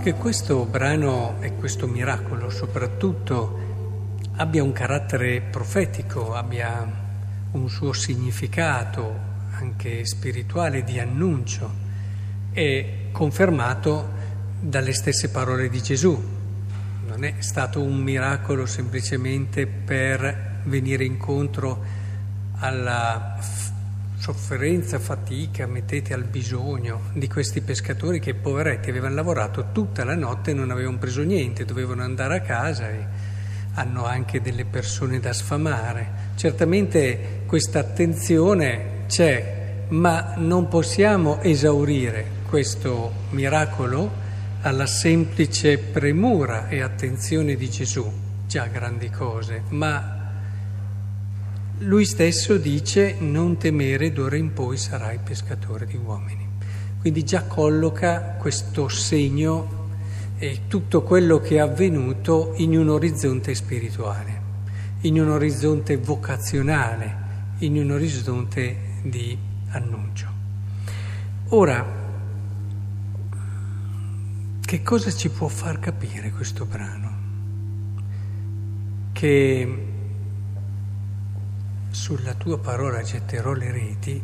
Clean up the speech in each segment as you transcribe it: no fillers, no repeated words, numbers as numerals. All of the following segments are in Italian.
che questo brano e questo miracolo soprattutto abbia un carattere profetico, abbia un suo significato anche spirituale di annuncio, è confermato dalle stesse parole di Gesù. Non è stato un miracolo semplicemente per venire incontro alla sofferenza, fatica, mettete al bisogno di questi pescatori che, poveretti, avevano lavorato tutta la notte e non avevano preso niente, dovevano andare a casa e hanno anche delle persone da sfamare. Certamente questa attenzione c'è, ma non possiamo esaurire questo miracolo alla semplice premura e attenzione di Gesù, già grandi cose, ma lui stesso dice: non temere, d'ora in poi sarai pescatore di uomini. Quindi già colloca questo segno e tutto quello che è avvenuto in un orizzonte spirituale, in un orizzonte vocazionale, in un orizzonte di annuncio. Ora, che cosa ci può far capire questo brano? Che sulla tua parola getterò le reti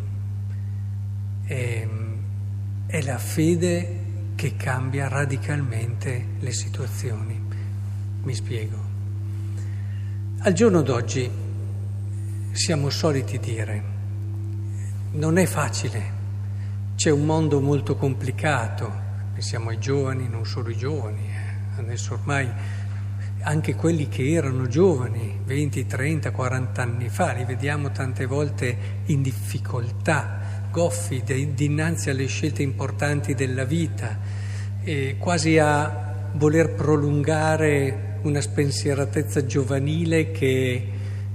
è la fede che cambia radicalmente le situazioni. Mi spiego. Al giorno d'oggi siamo soliti dire: non è facile, c'è un mondo molto complicato. Pensiamo ai giovani, non solo i giovani, adesso ormai anche quelli che erano giovani 20, 30, 40 anni fa, li vediamo tante volte in difficoltà, goffi dinanzi alle scelte importanti della vita, quasi a voler prolungare una spensieratezza giovanile che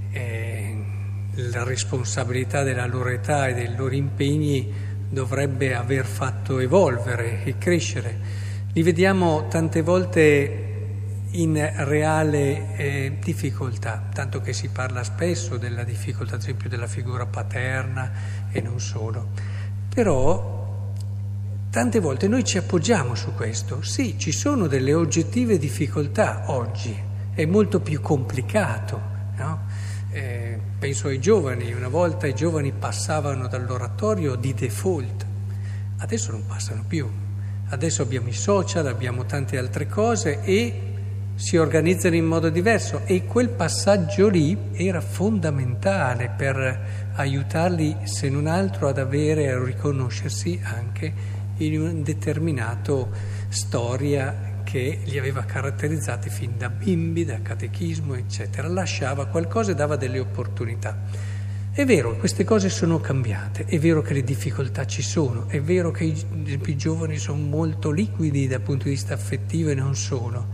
la responsabilità della loro età e dei loro impegni dovrebbe aver fatto evolvere e crescere. Li vediamo tante volte in reale difficoltà, tanto che si parla spesso della difficoltà, ad esempio, della figura paterna e non solo. Però tante volte noi ci appoggiamo su questo. Sì, ci sono delle oggettive difficoltà oggi, è molto più complicato, no? Penso ai giovani, una volta i giovani passavano dall'oratorio di default, adesso non passano più, adesso abbiamo i social, abbiamo tante altre cose e si organizzano in modo diverso, e quel passaggio lì era fondamentale per aiutarli, se non altro, ad avere, a riconoscersi anche in un determinato storia che li aveva caratterizzati fin da bimbi, da catechismo, eccetera. Lasciava qualcosa e dava delle opportunità. È vero, queste cose sono cambiate, è vero che le difficoltà ci sono, è vero che i giovani sono molto liquidi dal punto di vista affettivo e non solo,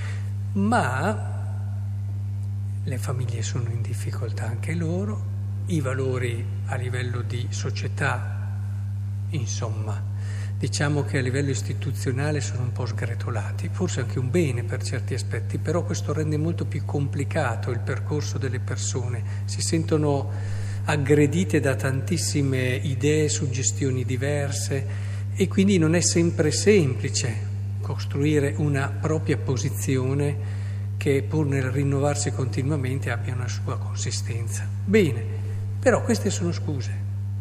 ma le famiglie sono in difficoltà anche loro, i valori a livello di società, insomma, diciamo che a livello istituzionale sono un po' sgretolati, forse anche un bene per certi aspetti, però questo rende molto più complicato il percorso delle persone, si sentono aggredite da tantissime idee, suggestioni diverse, e quindi non è sempre semplice costruire una propria posizione che, pur nel rinnovarsi continuamente, abbia una sua consistenza. Bene, però queste sono scuse.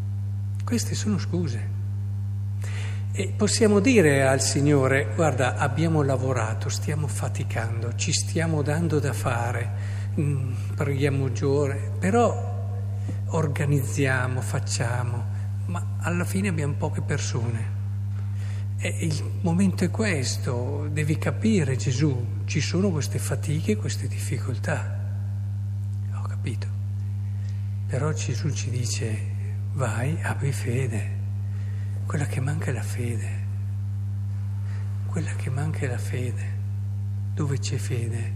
E possiamo dire al Signore: guarda, abbiamo lavorato, stiamo faticando, ci stiamo dando da fare, preghiamo giorni, però organizziamo, facciamo, ma alla fine abbiamo poche persone. E il momento è questo, devi capire, Gesù, ci sono queste fatiche, queste difficoltà. Ho capito. Però Gesù ci dice: vai, abbi fede. Quella che manca è la fede. Quella che manca è la fede. Dove c'è fede,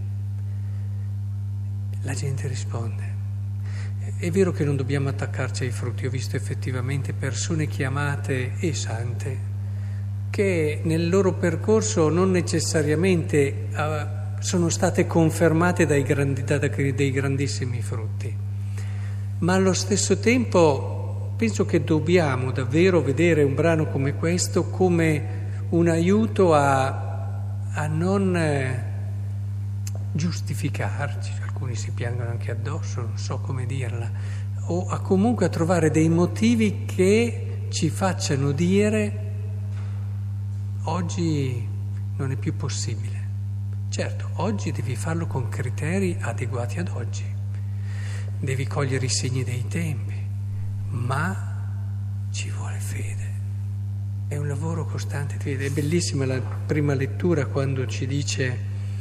la gente risponde. È vero che non dobbiamo attaccarci ai frutti. Ho visto effettivamente persone chiamate e sante che nel loro percorso non necessariamente sono state confermate dei grandissimi frutti, ma allo stesso tempo penso che dobbiamo davvero vedere un brano come questo come un aiuto a a non giustificarci, alcuni si piangono anche addosso, non so come dirla, o comunque a trovare dei motivi che ci facciano dire oggi non è più possibile. Certo, oggi devi farlo con criteri adeguati ad oggi, devi cogliere i segni dei tempi, ma ci vuole fede. È un lavoro costante, è bellissima la prima lettura quando ci dice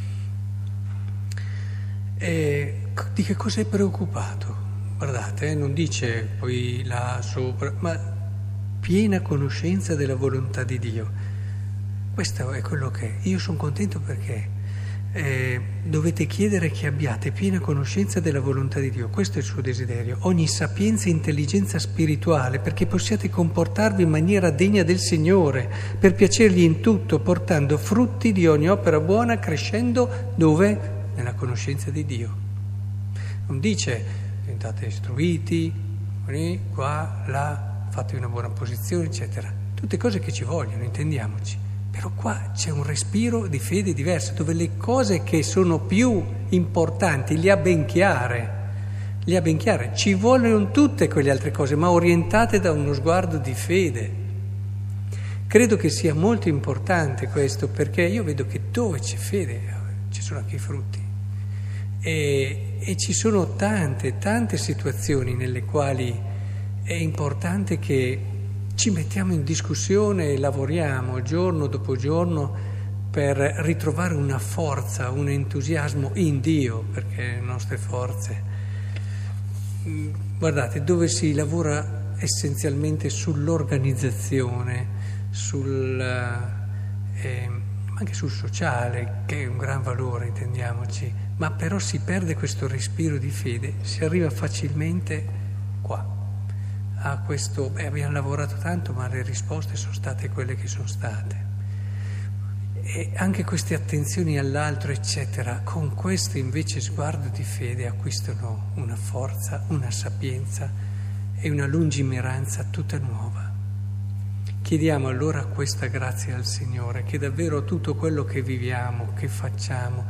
di che cosa è preoccupato. Guardate, non dice poi là sopra, ma piena conoscenza della volontà di Dio. Questo è quello che è. Io sono contento perché dovete chiedere che abbiate piena conoscenza della volontà di Dio. Questo è il suo desiderio. Ogni sapienza e intelligenza spirituale, perché possiate comportarvi in maniera degna del Signore, per piacergli in tutto, portando frutti di ogni opera buona, crescendo dove? Nella conoscenza di Dio. Non dice diventate istruiti, qua, là, fate una buona posizione, eccetera. Tutte cose che ci vogliono, intendiamoci. Però qua c'è un respiro di fede diverso, dove le cose che sono più importanti le ha ben chiare. Ci vogliono tutte quelle altre cose, ma orientate da uno sguardo di fede. Credo che sia molto importante questo, perché io vedo che dove c'è fede ci sono anche i frutti. E ci sono tante situazioni nelle quali è importante che ci mettiamo in discussione e lavoriamo giorno dopo giorno per ritrovare una forza, un entusiasmo in Dio, perché le nostre forze. Guardate, dove si lavora essenzialmente sull'organizzazione, anche sul sociale, che è un gran valore, intendiamoci, ma però si perde questo respiro di fede, si arriva facilmente qua. A questo, abbiamo lavorato tanto, ma le risposte sono state quelle che sono state. E anche queste attenzioni all'altro, eccetera, con questo invece sguardo di fede acquistano una forza, una sapienza e una lungimiranza tutta nuova. Chiediamo allora questa grazia al Signore, che davvero tutto quello che viviamo, che facciamo,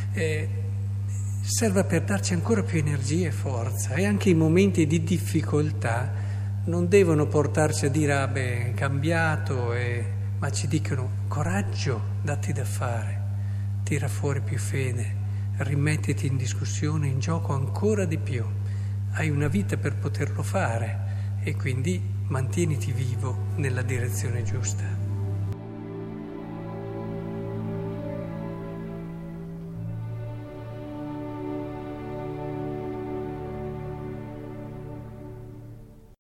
serva per darci ancora più energia e forza, e anche i momenti di difficoltà non devono portarci a dire è cambiato, ma ci dicono coraggio, datti da fare, tira fuori più fede, rimettiti in discussione, in gioco ancora di più. Hai una vita per poterlo fare e quindi mantieniti vivo nella direzione giusta.